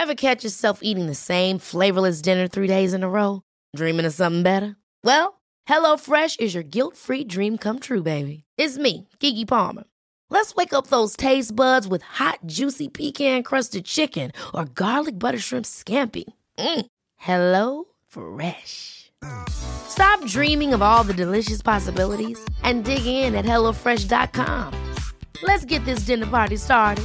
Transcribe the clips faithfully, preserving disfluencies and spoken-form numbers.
Ever catch yourself eating the same flavorless dinner three days in a row? Dreaming of something better? Well, HelloFresh is your guilt-free dream come true, baby. It's me, Keke Palmer. Let's wake up those taste buds with hot, juicy pecan-crusted chicken or garlic butter shrimp scampi. Mm. Hello Fresh. Stop dreaming of all the delicious possibilities and dig in at hello fresh dot com. Let's get this dinner party started.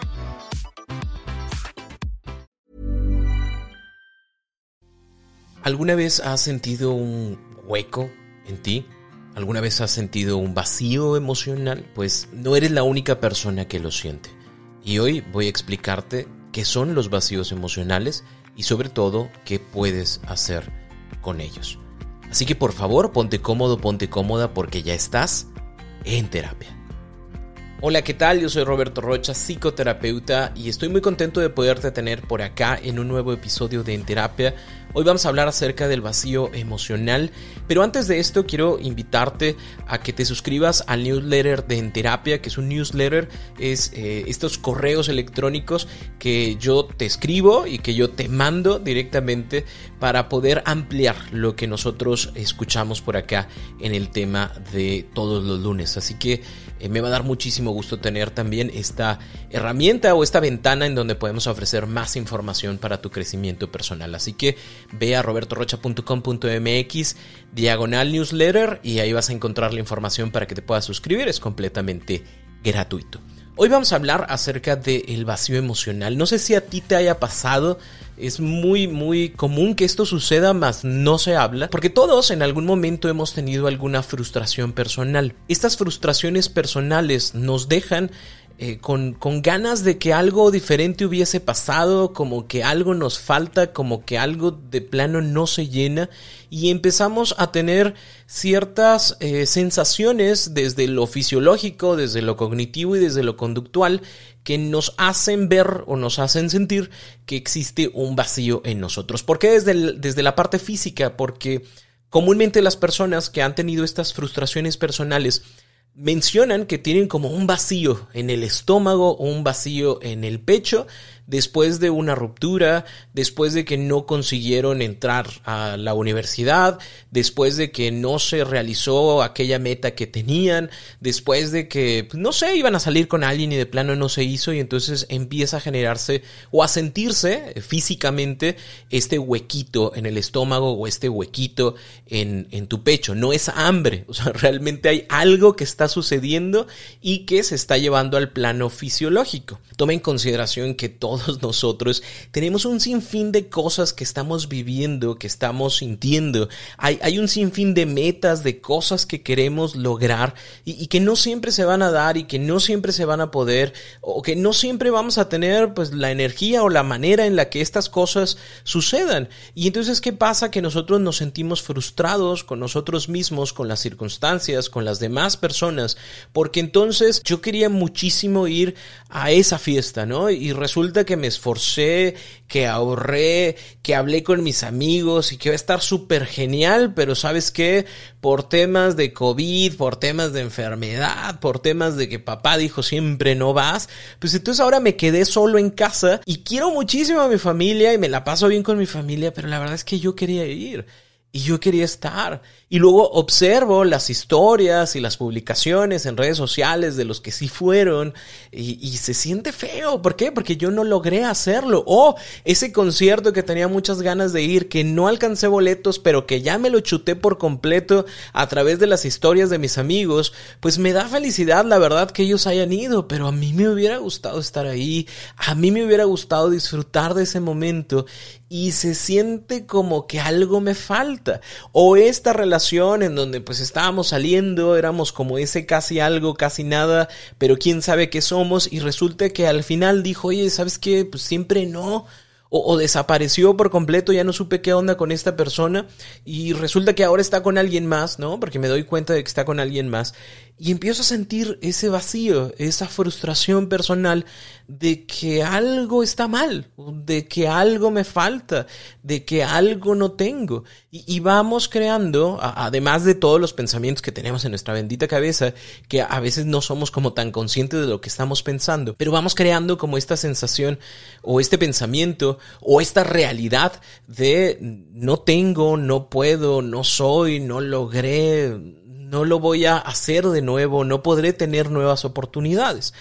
¿Alguna vez has sentido un hueco en ti? ¿Alguna vez has sentido un vacío emocional? Pues no eres la única persona que lo siente. Y hoy voy a explicarte qué son los vacíos emocionales y sobre todo qué puedes hacer con ellos. Así que por favor, ponte cómodo, ponte cómoda porque ya estás en terapia. Hola, ¿qué tal? Yo soy Roberto Rocha, psicoterapeuta, y estoy muy contento de poderte tener por acá en un nuevo episodio de En Terapia. Hoy vamos a hablar acerca del vacío emocional, pero antes de esto quiero invitarte a que te suscribas al newsletter de En Terapia, que es un newsletter, es eh, estos correos electrónicos que yo te escribo y que yo te mando directamente para poder ampliar lo que nosotros escuchamos por acá en el tema de todos los lunes. Así que eh, me va a dar muchísimo gusto tener también esta herramienta o esta ventana en donde podemos ofrecer más información para tu crecimiento personal. Así que ve a roberto rocha punto com punto m x diagonal newsletter y ahí vas a encontrar la información para que te puedas suscribir. Es completamente gratuito. Hoy vamos a hablar acerca del vacío emocional. No sé si a ti te haya pasado. Es muy muy común que esto suceda, mas no se habla, porque todos en algún momento hemos tenido alguna frustración personal. Estas frustraciones personales nos dejan Eh, con, con ganas de que algo diferente hubiese pasado, como que algo nos falta, como que algo de plano no se llena, y empezamos a tener ciertas eh, sensaciones desde lo fisiológico, desde lo cognitivo y desde lo conductual que nos hacen ver o nos hacen sentir que existe un vacío en nosotros. ¿Por qué desde, el, desde la parte física? Porque comúnmente las personas que han tenido estas frustraciones personales mencionan que tienen como un vacío en el estómago o un vacío en el pecho después de una ruptura, después de que no consiguieron entrar a la universidad, después de que no se realizó aquella meta que tenían, después de que, no sé, iban a salir con alguien y de plano no se hizo, y entonces empieza a generarse o a sentirse físicamente este huequito en el estómago o este huequito en, en tu pecho. No es hambre, o sea, realmente hay algo que está sucediendo y que se está llevando al plano fisiológico. Toma en consideración que todos nosotros tenemos un sinfín de cosas que estamos viviendo, que estamos sintiendo. Hay, hay un sinfín de metas, de cosas que queremos lograr y, y que no siempre se van a dar y que no siempre se van a poder, o que no siempre vamos a tener pues la energía o la manera en la que estas cosas sucedan. Y entonces, ¿qué pasa? Que nosotros nos sentimos frustrados con nosotros mismos, con las circunstancias, con las demás personas, porque entonces yo quería muchísimo ir a esa fiesta, ¿no? Y resulta que me esforcé, que ahorré, que hablé con mis amigos y que va a estar súper genial, pero ¿sabes qué? Por temas de COVID, por temas de enfermedad, por temas de que papá dijo siempre no vas, pues entonces ahora me quedé solo en casa y quiero muchísimo a mi familia y me la paso bien con mi familia, pero la verdad es que yo quería ir. Y yo quería estar. Y luego observo las historias y las publicaciones en redes sociales de los que sí fueron y, y se siente feo. ¿Por qué? Porque yo no logré hacerlo. O ese concierto que tenía muchas ganas de ir, que no alcancé boletos, pero que ya me lo chuté por completo a través de las historias de mis amigos, pues me da felicidad, la verdad, que ellos hayan ido, pero a mí me hubiera gustado estar ahí. A mí me hubiera gustado disfrutar de ese momento y se siente como que algo me falta. O esta relación en donde pues estábamos saliendo, éramos como ese casi algo, casi nada, pero quién sabe qué somos, y resulta que al final dijo, oye, ¿sabes qué? Pues siempre no. O, o desapareció por completo, ya no supe qué onda con esta persona y resulta que ahora está con alguien más, ¿no? Porque me doy cuenta de que está con alguien más Y empiezo a sentir ese vacío, esa frustración personal de que algo está mal, de que algo me falta, de que algo no tengo. Y, y vamos creando, a, además de todos los pensamientos que tenemos en nuestra bendita cabeza, que a veces no somos como tan conscientes de lo que estamos pensando, pero vamos creando como esta sensación o este pensamiento o esta realidad de no tengo, no puedo, no soy, no logré, no lo voy a hacer de nuevo, no podré tener nuevas oportunidades.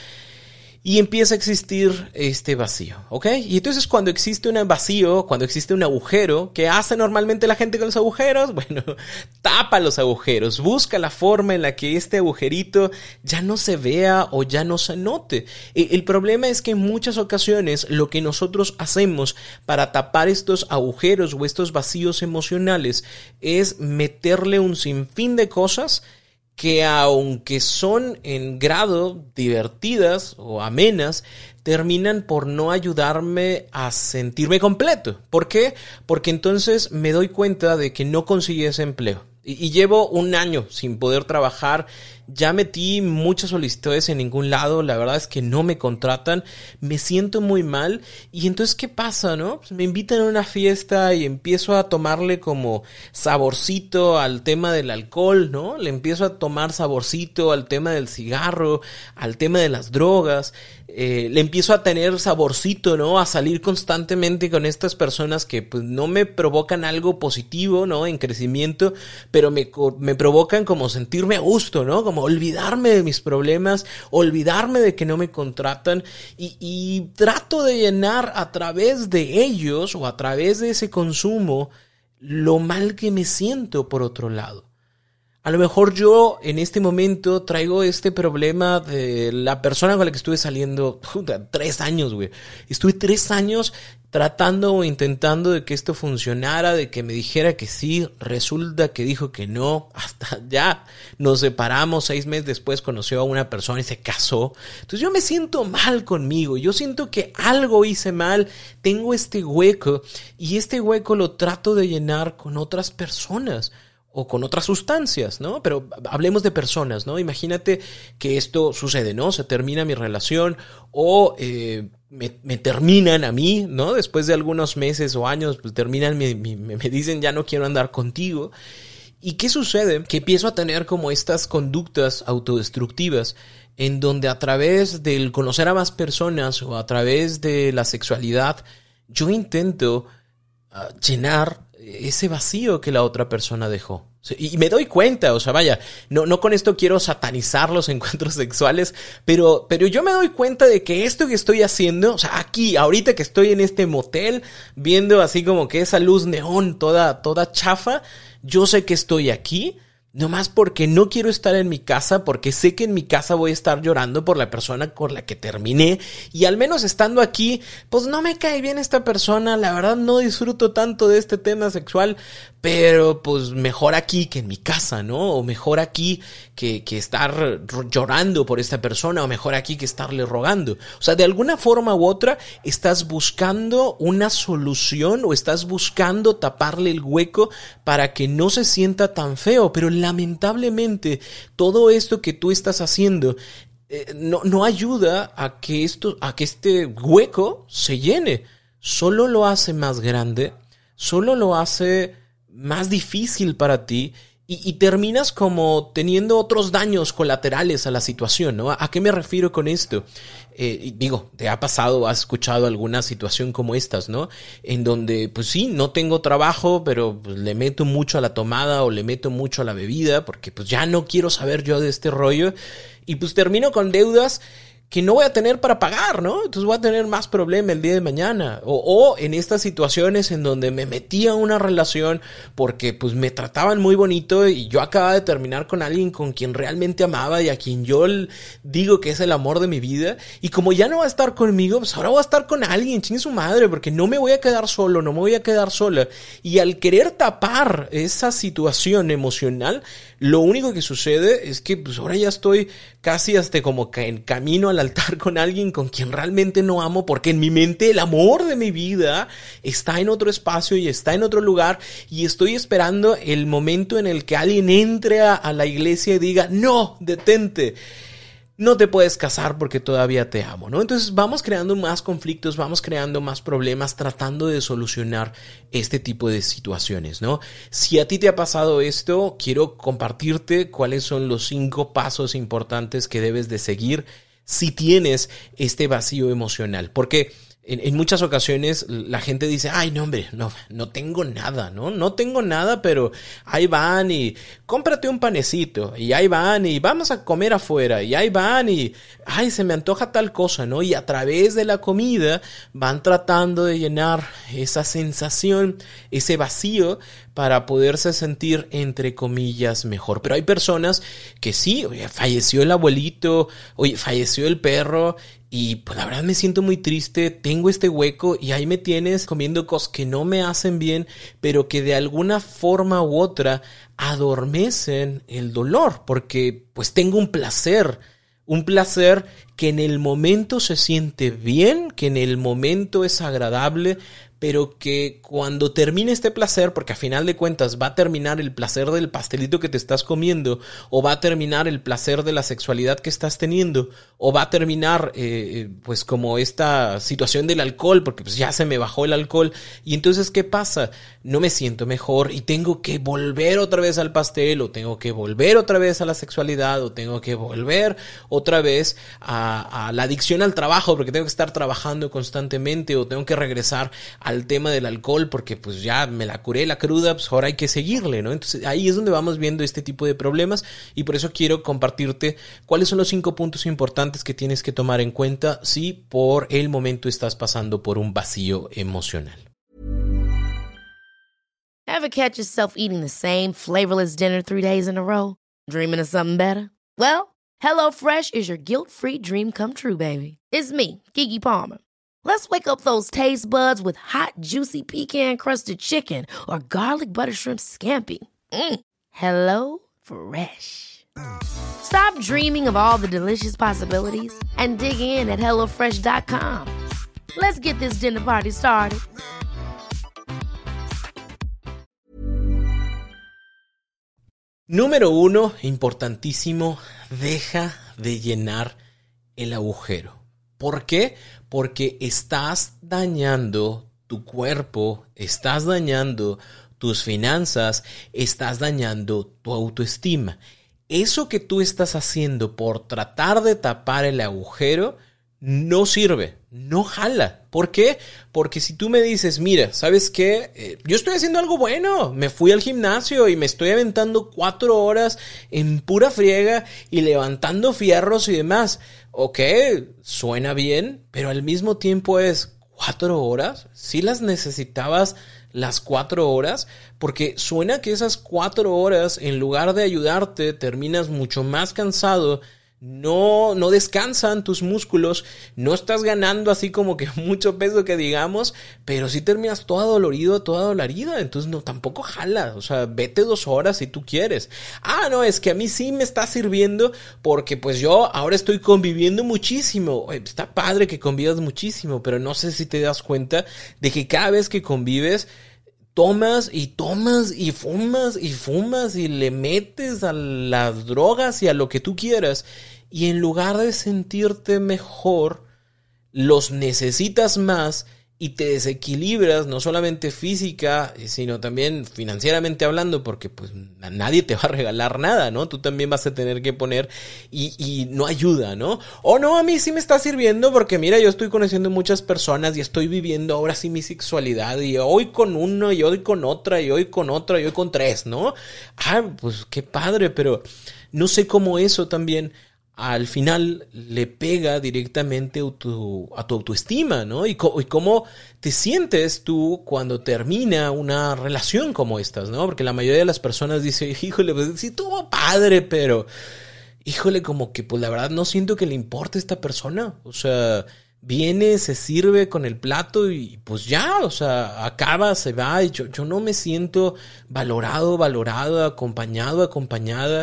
Y empieza a existir este vacío, ¿ok? Y entonces cuando existe un vacío, cuando existe un agujero, ¿qué hace normalmente la gente con los agujeros? Bueno, tapa los agujeros, busca la forma en la que este agujerito ya no se vea o ya no se note. El problema es que en muchas ocasiones lo que nosotros hacemos para tapar estos agujeros o estos vacíos emocionales es meterle un sinfín de cosas que aunque son en grado divertidas o amenas, terminan por no ayudarme a sentirme completo. ¿Por qué? Porque entonces me doy cuenta de que no conseguí ese empleo. Y, y llevo un año sin poder trabajar. Ya metí muchas solicitudes en ningún lado, la verdad es que no me contratan, me siento muy mal. Y entonces, ¿qué pasa, no? Pues me invitan a una fiesta y empiezo a tomarle como saborcito al tema del alcohol, ¿no? Le empiezo a tomar saborcito al tema del cigarro, al tema de las drogas. Eh, le empiezo a tener saborcito, ¿no? A salir constantemente con estas personas que pues no me provocan algo positivo, ¿no? En crecimiento, pero me, me provocan como sentirme a gusto, ¿no? Como olvidarme de mis problemas, olvidarme de que no me contratan y, y trato de llenar a través de ellos o a través de ese consumo lo mal que me siento por otro lado. A lo mejor yo en este momento traigo este problema de la persona con la que estuve saliendo puta, tres años, güey. Estuve tres años tratando o intentando de que esto funcionara, de que me dijera que sí. Resulta que dijo que no. Hasta ya nos separamos. Seis meses después conoció a una persona y se casó. Entonces yo me siento mal conmigo. Yo siento que algo hice mal. Tengo este hueco y este hueco lo trato de llenar con otras personas. O con otras sustancias, ¿no? Pero hablemos de personas, ¿no? Imagínate que esto sucede, ¿no? Se termina mi relación o eh, me, me terminan a mí, ¿no? Después de algunos meses o años, pues terminan, me, me, me dicen ya no quiero andar contigo. ¿Y qué sucede? Que empiezo a tener como estas conductas autodestructivas en donde a través del conocer a más personas o a través de la sexualidad, yo intento uh, llenar ese vacío que la otra persona dejó. Y me doy cuenta, o sea, vaya, no, no con esto quiero satanizar los encuentros sexuales, pero, pero yo me doy cuenta de que esto que estoy haciendo, o sea, aquí, ahorita que estoy en este motel, viendo así como que esa luz neón toda, toda chafa, yo sé que estoy aquí, nomás porque no quiero estar en mi casa, porque sé que en mi casa voy a estar llorando por la persona con la que terminé, y al menos estando aquí, pues no me cae bien esta persona, la verdad no disfruto tanto de este tema sexual, pero pues mejor aquí que en mi casa, ¿no? O mejor aquí que, que estar llorando por esta persona, o mejor aquí que estarle rogando. O sea, de alguna forma u otra estás buscando una solución o estás buscando taparle el hueco para que no se sienta tan feo, pero lamentablemente todo esto que tú estás haciendo eh, no, no ayuda a que esto, a que este hueco se llene. Solo lo hace más grande, solo lo hace más difícil para ti y, y terminas como teniendo otros daños colaterales a la situación, ¿no? ¿A qué me refiero con esto? Eh, digo, te ha pasado, has escuchado alguna situación como estas, ¿no? En donde, pues sí, no tengo trabajo, pero pues, le meto mucho a la tomada o le meto mucho a la bebida porque pues ya no quiero saber yo de este rollo y pues termino con deudas que no voy a tener para pagar, ¿no? Entonces voy a tener más problema el día de mañana. O, o en estas situaciones en donde me metí a una relación porque pues me trataban muy bonito y yo acababa de terminar con alguien con quien realmente amaba y a quien yo digo que es el amor de mi vida. Y como ya no va a estar conmigo, pues ahora voy a estar con alguien, chingue su madre, porque no me voy a quedar solo, no me voy a quedar sola. Y al querer tapar esa situación emocional, lo único que sucede es que pues ahora ya estoy casi hasta como que en camino a la al altar con alguien con quien realmente no amo, porque en mi mente el amor de mi vida está en otro espacio y está en otro lugar, y estoy esperando el momento en el que alguien entre a, a la iglesia y diga, no, detente, no te puedes casar porque todavía te amo, ¿no? Entonces vamos creando más conflictos, vamos creando más problemas, tratando de solucionar este tipo de situaciones, ¿no? Si a ti te ha pasado esto, quiero compartirte cuáles son los cinco pasos importantes que debes de seguir si tienes este vacío emocional, porque En, en muchas ocasiones la gente dice, ay, no, hombre, no, no tengo nada, ¿no? No tengo nada, pero ahí van y cómprate un panecito, y ahí van y vamos a comer afuera, y ahí van y, ay, se me antoja tal cosa, ¿no? Y a través de la comida van tratando de llenar esa sensación, ese vacío, para poderse sentir, entre comillas, mejor. Pero hay personas que sí, oye, falleció el abuelito, oye, falleció el perro, y pues la verdad me siento muy triste, tengo este hueco y ahí me tienes comiendo cosas que no me hacen bien, pero que de alguna forma u otra adormecen el dolor, porque pues tengo un placer, un placer que en el momento se siente bien, que en el momento es agradable, pero que cuando termine este placer, porque a final de cuentas va a terminar el placer del pastelito que te estás comiendo, o va a terminar el placer de la sexualidad que estás teniendo, o va a terminar eh, pues como esta situación del alcohol, porque pues ya se me bajó el alcohol, y entonces ¿qué pasa? No me siento mejor y tengo que volver otra vez al pastel, o tengo que volver otra vez a la sexualidad, o tengo que volver otra vez a, a la adicción al trabajo, porque tengo que estar trabajando constantemente, o tengo que regresar a al tema del alcohol porque pues ya me la curé la cruda, pues ahora hay que seguirle, ¿no? Entonces ahí es donde vamos viendo este tipo de problemas, y por eso quiero compartirte cuáles son los cinco puntos importantes que tienes que tomar en cuenta si por el momento estás pasando por un vacío emocional. Ever catch yourself eating the same flavorless dinner three days in a row? Dreaming of something better? Well, HelloFresh is your guilt-free dream come true, baby. It's me, Keke Palmer. Let's wake up those taste buds with hot, juicy pecan-crusted chicken or garlic butter shrimp scampi. Mm. Hello Fresh. Stop dreaming of all the delicious possibilities and dig in at hello fresh dot com. Let's get this dinner party started. Número uno, importantísimo, deja de llenar el agujero. ¿Por qué? Porque estás dañando tu cuerpo, estás dañando tus finanzas, estás dañando tu autoestima. Eso que tú estás haciendo por tratar de tapar el agujero no sirve, no jala. ¿Por qué? Porque si tú me dices, mira, ¿sabes qué? Eh, yo estoy haciendo algo bueno, me fui al gimnasio y me estoy aventando cuatro horas en pura friega y levantando fierros y demás. Ok, suena bien, pero al mismo tiempo es cuatro horas. ¿Sí las necesitabas las cuatro horas? Porque suena que esas cuatro horas, en lugar de ayudarte, terminas mucho más cansado. No, no descansan tus músculos, no estás ganando así como que mucho peso que digamos, pero sí terminas todo dolorido, toda dolorida, entonces no, tampoco jala, o sea, vete dos horas si tú quieres. Ah, no, es que a mí sí me está sirviendo porque pues yo ahora estoy conviviendo muchísimo. Oye, está padre que convivas muchísimo, pero no sé si te das cuenta de que cada vez que convives, tomas y tomas y fumas y fumas y le metes a las drogas y a lo que tú quieras, y en lugar de sentirte mejor, los necesitas más y te desequilibras, no solamente física, sino también financieramente hablando, porque pues nadie te va a regalar nada, ¿no? Tú también vas a tener que poner y, y no ayuda, ¿no? O no, a mí sí me está sirviendo porque mira, yo estoy conociendo muchas personas y estoy viviendo ahora sí mi sexualidad, y hoy con uno, y hoy con otra, y hoy con otra, y hoy con tres, ¿no? Ah, pues qué padre, pero no sé cómo eso también al final le pega directamente a tu, a tu autoestima, ¿no? Y, co- y cómo te sientes tú cuando termina una relación como estas, ¿no? Porque la mayoría de las personas dice, híjole, pues sí tuvo padre, pero híjole, como que pues la verdad no siento que le importe a esta persona. O sea, viene, se sirve con el plato y pues ya, o sea, acaba, se va, y yo, yo no me siento valorado, valorada, acompañado, acompañada.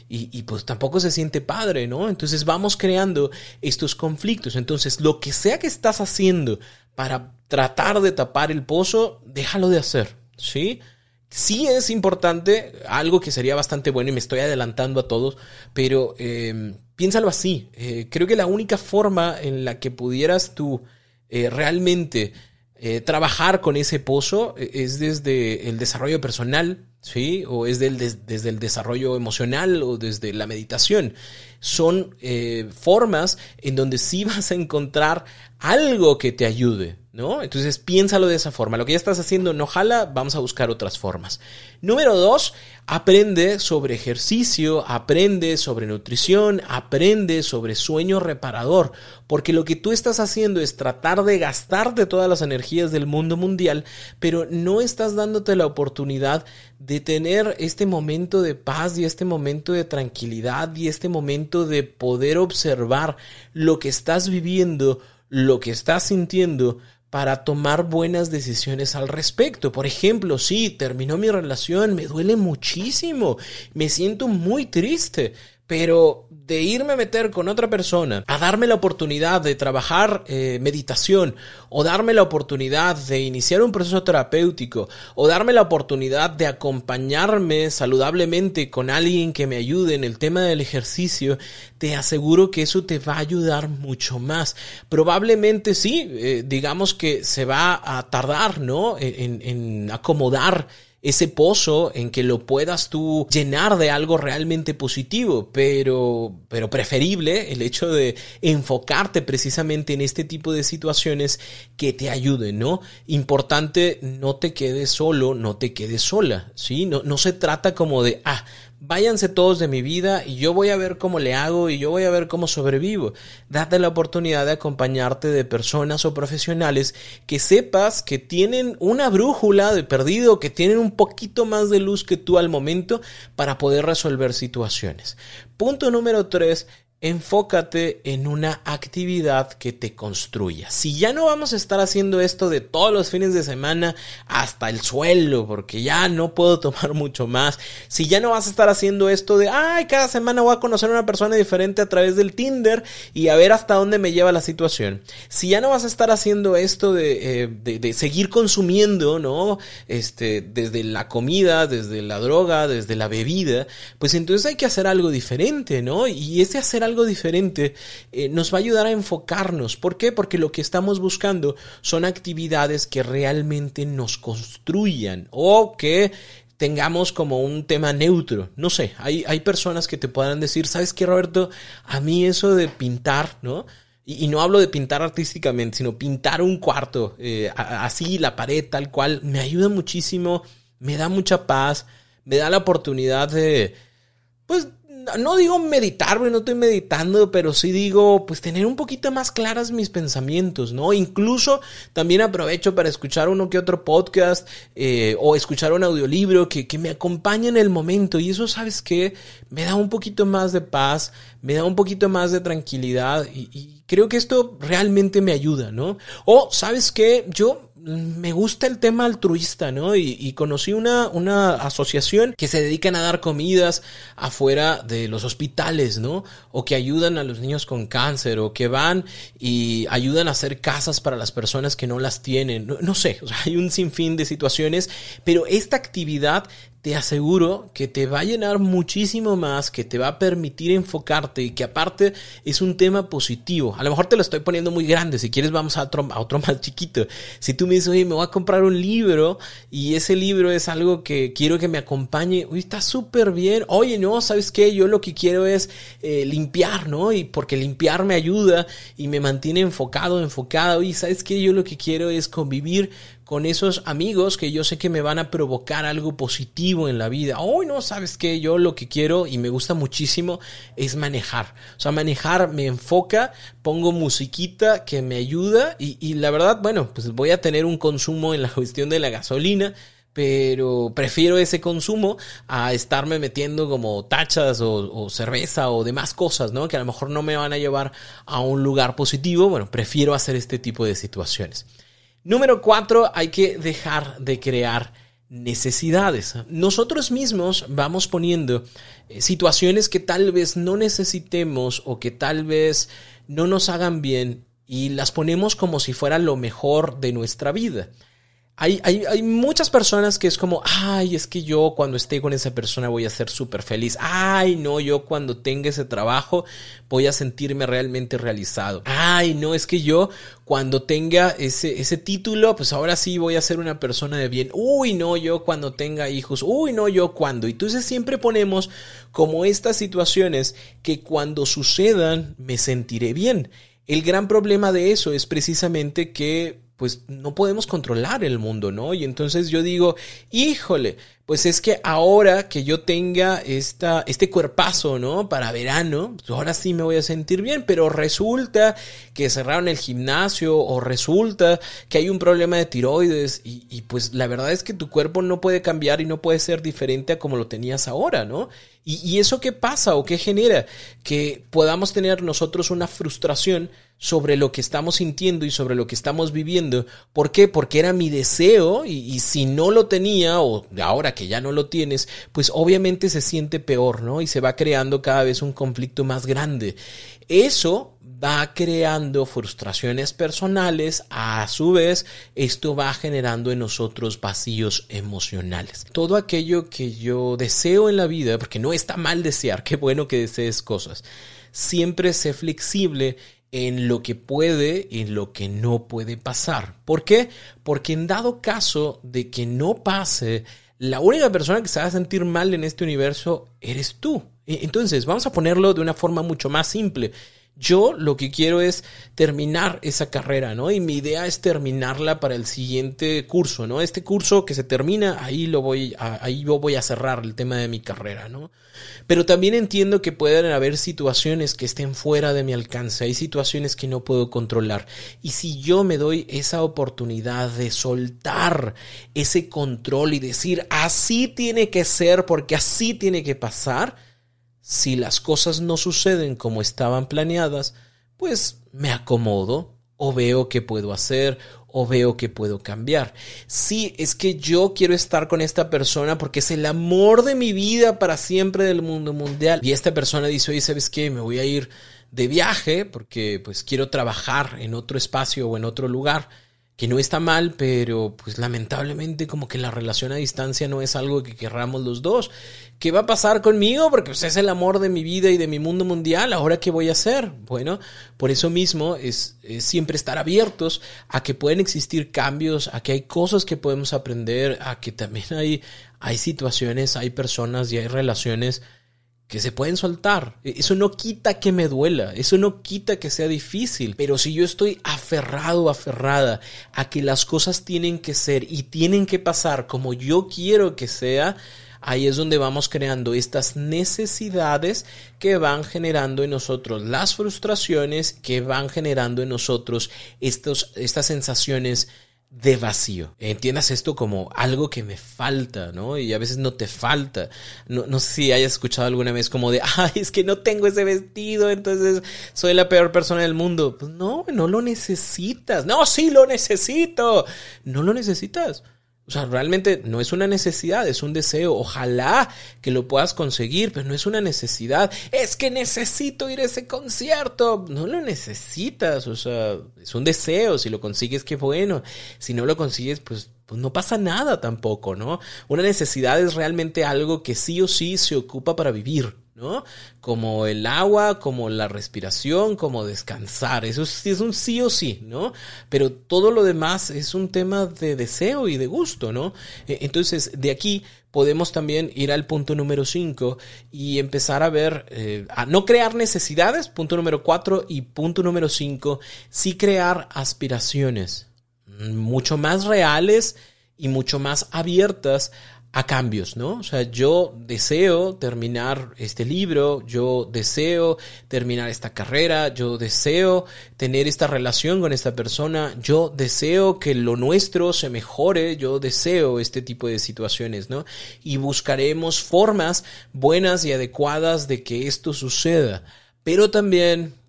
y, y pues tampoco se siente padre, ¿no? Entonces vamos creando estos conflictos. Entonces lo que sea que estás haciendo para tratar de tapar el pozo, déjalo de hacer, ¿sí? Sí es importante, algo que sería bastante bueno y me estoy adelantando a todos, pero eh, piénsalo así. Eh, creo que la única forma en la que pudieras tú eh, realmente eh, trabajar con ese pozo es desde el desarrollo personal, ¿sí? O es del, des, desde el desarrollo emocional o desde la meditación. Son eh, formas en donde sí vas a encontrar algo que te ayude, ¿no? Entonces piénsalo de esa forma. Lo que ya estás haciendo no jala, vamos a buscar otras formas. Número dos, aprende sobre ejercicio, aprende sobre nutrición, aprende sobre sueño reparador, porque lo que tú estás haciendo es tratar de gastarte todas las energías del mundo mundial, pero no estás dándote la oportunidad de tener este momento de paz y este momento de tranquilidad y este momento de poder observar lo que estás viviendo, lo que estás sintiendo, para tomar buenas decisiones al respecto. Por ejemplo, sí, terminó mi relación, me duele muchísimo, me siento muy triste, pero de irme a meter con otra persona, a darme la oportunidad de trabajar eh, meditación, o darme la oportunidad de iniciar un proceso terapéutico, o darme la oportunidad de acompañarme saludablemente con alguien que me ayude en el tema del ejercicio, te aseguro que eso te va a ayudar mucho más. Probablemente sí, eh, digamos que se va a tardar, ¿no? En, en acomodar ese pozo, en que lo puedas tú llenar de algo realmente positivo, pero, pero preferible el hecho de enfocarte precisamente en este tipo de situaciones que te ayuden, ¿no? Importante, no te quedes solo, no te quedes sola, ¿sí? No, no se trata como de, ah, váyanse todos de mi vida y yo voy a ver cómo le hago y yo voy a ver cómo sobrevivo. Date la oportunidad de acompañarte de personas o profesionales que sepas que tienen una brújula de perdido, que tienen un poquito más de luz que tú al momento para poder resolver situaciones. Punto número tres. Enfócate en una actividad que te construya. Si ya no vamos a estar haciendo esto de todos los fines de semana hasta el suelo, porque ya no puedo tomar mucho más. Si ya no vas a estar haciendo esto de, ay, cada semana voy a conocer a una persona diferente a través del Tinder y a ver hasta dónde me lleva la situación. Si ya no vas a estar haciendo esto de, eh, de, de seguir consumiendo, ¿no? Este, desde la comida, desde la droga, desde la bebida, pues entonces hay que hacer algo diferente, ¿no? Y ese hacer algo diferente eh, nos va a ayudar a enfocarnos. ¿Por qué? Porque lo que estamos buscando son actividades que realmente nos construyan o que tengamos como un tema neutro. No sé, hay, hay personas que te puedan decir, ¿sabes qué, Roberto? A mí eso de pintar, ¿no? Y, y no hablo de pintar artísticamente, sino pintar un cuarto, eh, así, la pared, tal cual, me ayuda muchísimo, me da mucha paz, me da la oportunidad de, pues, no digo meditar, porque no estoy meditando, pero sí digo, pues tener un poquito más claras mis pensamientos, ¿no? Incluso también aprovecho para escuchar uno que otro podcast eh, o escuchar un audiolibro que, que me acompañe en el momento. Y eso, ¿sabes qué? Me da un poquito más de paz, me da un poquito más de tranquilidad y, y creo que esto realmente me ayuda, ¿no? O, ¿sabes qué? Yo me gusta el tema altruista, ¿no? Y, y conocí una, una asociación que se dedican a dar comidas afuera de los hospitales, ¿no? O que ayudan a los niños con cáncer, o que van y ayudan a hacer casas para las personas que no las tienen. No, no sé, o sea, hay un sinfín de situaciones, pero esta actividad te aseguro que te va a llenar muchísimo más, que te va a permitir enfocarte y que aparte es un tema positivo. A lo mejor te lo estoy poniendo muy grande, si quieres vamos a otro, a otro más chiquito. Si tú me dices, oye, me voy a comprar un libro y ese libro es algo que quiero que me acompañe, uy, está súper bien. Oye, no, ¿sabes qué? Yo lo que quiero es eh, limpiar, ¿no? Y porque limpiar me ayuda y me mantiene enfocado, enfocada. Oye, ¿sabes qué? Yo lo que quiero es convivir con esos amigos que yo sé que me van a provocar algo positivo en la vida. Oh, no, ¿sabes qué? Yo lo que quiero y me gusta muchísimo es manejar. O sea, manejar me enfoca, pongo musiquita que me ayuda y, y la verdad, bueno, pues voy a tener un consumo en la cuestión de la gasolina, pero prefiero ese consumo a estarme metiendo como tachas o, o cerveza o demás cosas, ¿no? Que a lo mejor no me van a llevar a un lugar positivo. Bueno, prefiero hacer este tipo de situaciones. Número cuatro, hay que dejar de crear necesidades. Nosotros mismos vamos poniendo situaciones que tal vez no necesitemos o que tal vez no nos hagan bien y las ponemos como si fuera lo mejor de nuestra vida. Hay, hay, hay muchas personas que es como, ay, es que yo cuando esté con esa persona voy a ser súper feliz. Ay, no, yo cuando tenga ese trabajo voy a sentirme realmente realizado. Ay, no, es que yo cuando tenga ese, ese título, pues ahora sí voy a ser una persona de bien. Uy, no, yo cuando tenga hijos. Uy, no, yo cuando. Entonces siempre ponemos como estas situaciones que cuando sucedan me sentiré bien. El gran problema de eso es precisamente que pues no podemos controlar el mundo, ¿no? Y entonces yo digo, híjole, pues es que ahora que yo tenga esta, este cuerpazo, ¿no? Para verano, pues ahora sí me voy a sentir bien, pero resulta que cerraron el gimnasio o resulta que hay un problema de tiroides y, y pues la verdad es que tu cuerpo no puede cambiar y no puede ser diferente a como lo tenías ahora, ¿no? ¿Y, y eso qué pasa o qué genera? Que podamos tener nosotros una frustración sobre lo que estamos sintiendo y sobre lo que estamos viviendo. ¿Por qué? Porque era mi deseo y, y si no lo tenía o ahora que ya no lo tienes, pues obviamente se siente peor, ¿no? Y se va creando cada vez un conflicto más grande. Eso va creando frustraciones personales, a su vez esto va generando en nosotros vacíos emocionales. Todo aquello que yo deseo en la vida, porque no está mal desear, qué bueno que desees cosas, siempre sé flexible en lo que puede y en lo que no puede pasar. ¿Por qué? Porque en dado caso de que no pase, la única persona que se va a sentir mal en este universo eres tú. Entonces, vamos a ponerlo de una forma mucho más simple. Yo lo que quiero es terminar esa carrera, ¿no? Y mi idea es terminarla para el siguiente curso, ¿no? Este curso que se termina, ahí lo voy a, ahí yo voy a cerrar el tema de mi carrera, ¿no? Pero también entiendo que pueden haber situaciones que estén fuera de mi alcance, hay situaciones que no puedo controlar. Y si yo me doy esa oportunidad de soltar ese control y decir, así tiene que ser porque así tiene que pasar, si las cosas no suceden como estaban planeadas, pues me acomodo o veo qué puedo hacer o veo que puedo cambiar. Sí, es que yo quiero estar con esta persona porque es el amor de mi vida para siempre del mundo mundial. Y esta persona dice, oye, ¿sabes qué? Me voy a ir de viaje porque pues quiero trabajar en otro espacio o en otro lugar. Que no está mal, pero pues lamentablemente como que la relación a distancia no es algo que querramos los dos. ¿Qué va a pasar conmigo? Porque pues, es el amor de mi vida y de mi mundo mundial. ¿Ahora qué voy a hacer? Bueno, por eso mismo es, es siempre estar abiertos a que pueden existir cambios, a que hay cosas que podemos aprender, a que también hay, hay situaciones, hay personas y hay relaciones que se pueden soltar. Eso no quita que me duela, eso no quita que sea difícil, pero si yo estoy aferrado, aferrada a que las cosas tienen que ser y tienen que pasar como yo quiero que sea, ahí es donde vamos creando estas necesidades que van generando en nosotros las frustraciones, que van generando en nosotros estos, estas sensaciones de vacío. Entiendas esto como algo que me falta, ¿no? Y a veces no te falta. No, no sé si hayas escuchado alguna vez como de, ay, es que no tengo ese vestido, entonces soy la peor persona del mundo. Pues no, no lo necesitas. No, sí lo necesito. No lo necesitas. O sea, realmente no es una necesidad, es un deseo. Ojalá que lo puedas conseguir, pero no es una necesidad. Es que necesito ir a ese concierto. No lo necesitas, o sea, es un deseo. Si lo consigues, qué bueno. Si no lo consigues, pues, pues no pasa nada tampoco, ¿no? Una necesidad es realmente algo que sí o sí se ocupa para vivir, ¿no? Como el agua, como la respiración, como descansar. Eso sí es un sí o sí, ¿no? Pero todo lo demás es un tema de deseo y de gusto, ¿no? Entonces, de aquí podemos también ir al punto número cinco y empezar a ver, eh, a no crear necesidades, punto número cuatro, y punto número cinco, sí crear aspiraciones mucho más reales y mucho más abiertas a cambios, ¿no? O sea, yo deseo terminar este libro, yo deseo terminar esta carrera, yo deseo tener esta relación con esta persona, yo deseo que lo nuestro se mejore, yo deseo este tipo de situaciones, ¿no? Y buscaremos formas buenas y adecuadas de que esto suceda. Pero también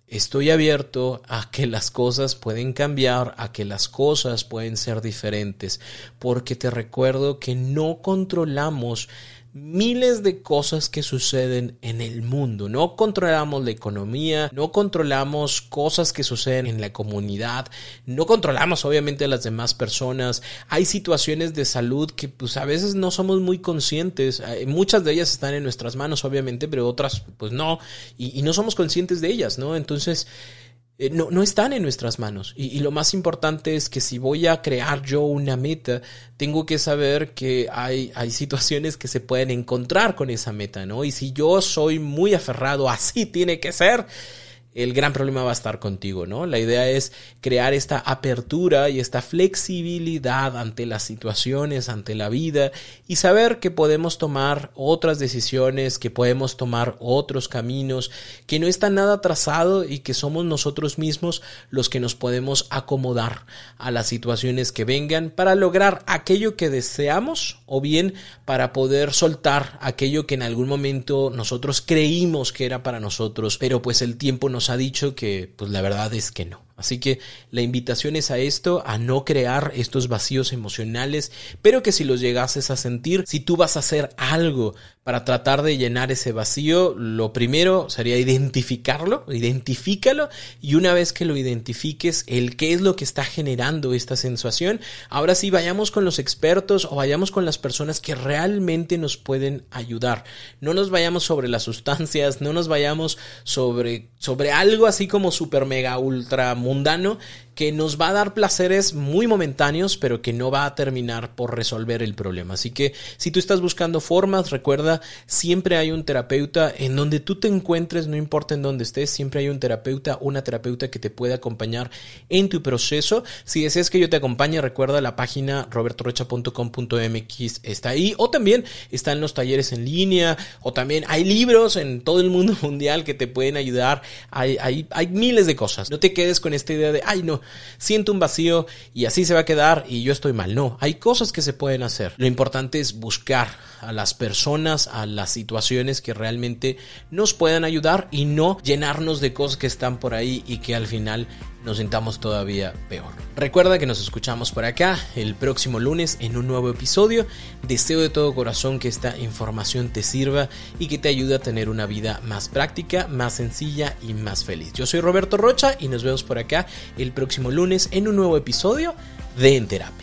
Estoy abierto a que las cosas pueden cambiar, a que las cosas pueden ser diferentes, porque te recuerdo que no controlamos miles de cosas que suceden en el mundo. No controlamos la economía, no controlamos cosas que suceden en la comunidad, no controlamos obviamente a las demás personas. Hay situaciones de salud que pues a veces no somos muy conscientes. Muchas de ellas están en nuestras manos obviamente, pero otras pues no, y, y no somos conscientes de ellas, ¿no? Entonces Eh, no, no están en nuestras manos. Y, y lo más importante es que si voy a crear yo una meta, tengo que saber que hay, hay situaciones que se pueden encontrar con esa meta, ¿no? Y si yo soy muy aferrado, así tiene que ser, el gran problema va a estar contigo, ¿no? La idea es crear esta apertura y esta flexibilidad ante las situaciones, ante la vida, y saber que podemos tomar otras decisiones, que podemos tomar otros caminos, que no está nada trazado y que somos nosotros mismos los que nos podemos acomodar a las situaciones que vengan para lograr aquello que deseamos o bien para poder soltar aquello que en algún momento nosotros creímos que era para nosotros, pero pues el tiempo nos ha dicho que pues la verdad es que no. Así que la invitación es a esto, a no crear estos vacíos emocionales, pero que si los llegases a sentir, si tú vas a hacer algo para tratar de llenar ese vacío, lo primero sería identificarlo, identifícalo, y una vez que lo identifiques, el qué es lo que está generando esta sensación, ahora sí vayamos con los expertos o vayamos con las personas que realmente nos pueden ayudar. No nos vayamos sobre las sustancias, no nos vayamos sobre, sobre algo así como super mega ultra mundano que nos va a dar placeres muy momentáneos, pero que no va a terminar por resolver el problema. Así que si tú estás buscando formas, recuerda, siempre hay un terapeuta en donde tú te encuentres, no importa en dónde estés, siempre hay un terapeuta, una terapeuta que te puede acompañar en tu proceso. Si deseas que yo te acompañe, recuerda la página roberto rocha punto com punto m x está ahí, o también están los talleres en línea, o también hay libros en todo el mundo mundial que te pueden ayudar. Hay, hay, hay miles de cosas. No te quedes con esta idea de, ay no, siento un vacío y así se va a quedar y yo estoy mal. No, hay cosas que se pueden hacer. Lo importante es buscar a las personas, a las situaciones que realmente nos puedan ayudar y no llenarnos de cosas que están por ahí y que al final nos sintamos todavía peor. Recuerda que nos escuchamos por acá el próximo lunes en un nuevo episodio. Deseo de todo corazón que esta información te sirva y que te ayude a tener una vida más práctica, más sencilla y más feliz. Yo soy Roberto Rocha y nos vemos por acá el próximo lunes en un nuevo episodio de En Terapia.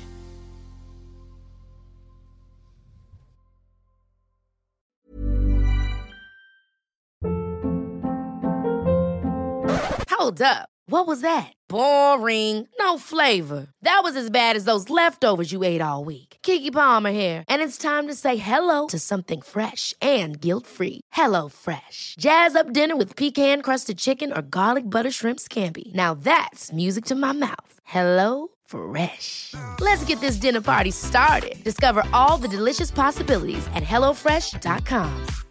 Hold up. What was that? Boring. No flavor. That was as bad as those leftovers you ate all week. Keke Palmer here, and it's time to say hello to something fresh and guilt-free. Hello Fresh. Jazz up dinner with pecan-crusted chicken or garlic butter shrimp scampi. Now that's music to my mouth. Hello Fresh. Let's get this dinner party started. Discover all the delicious possibilities at hello fresh dot com.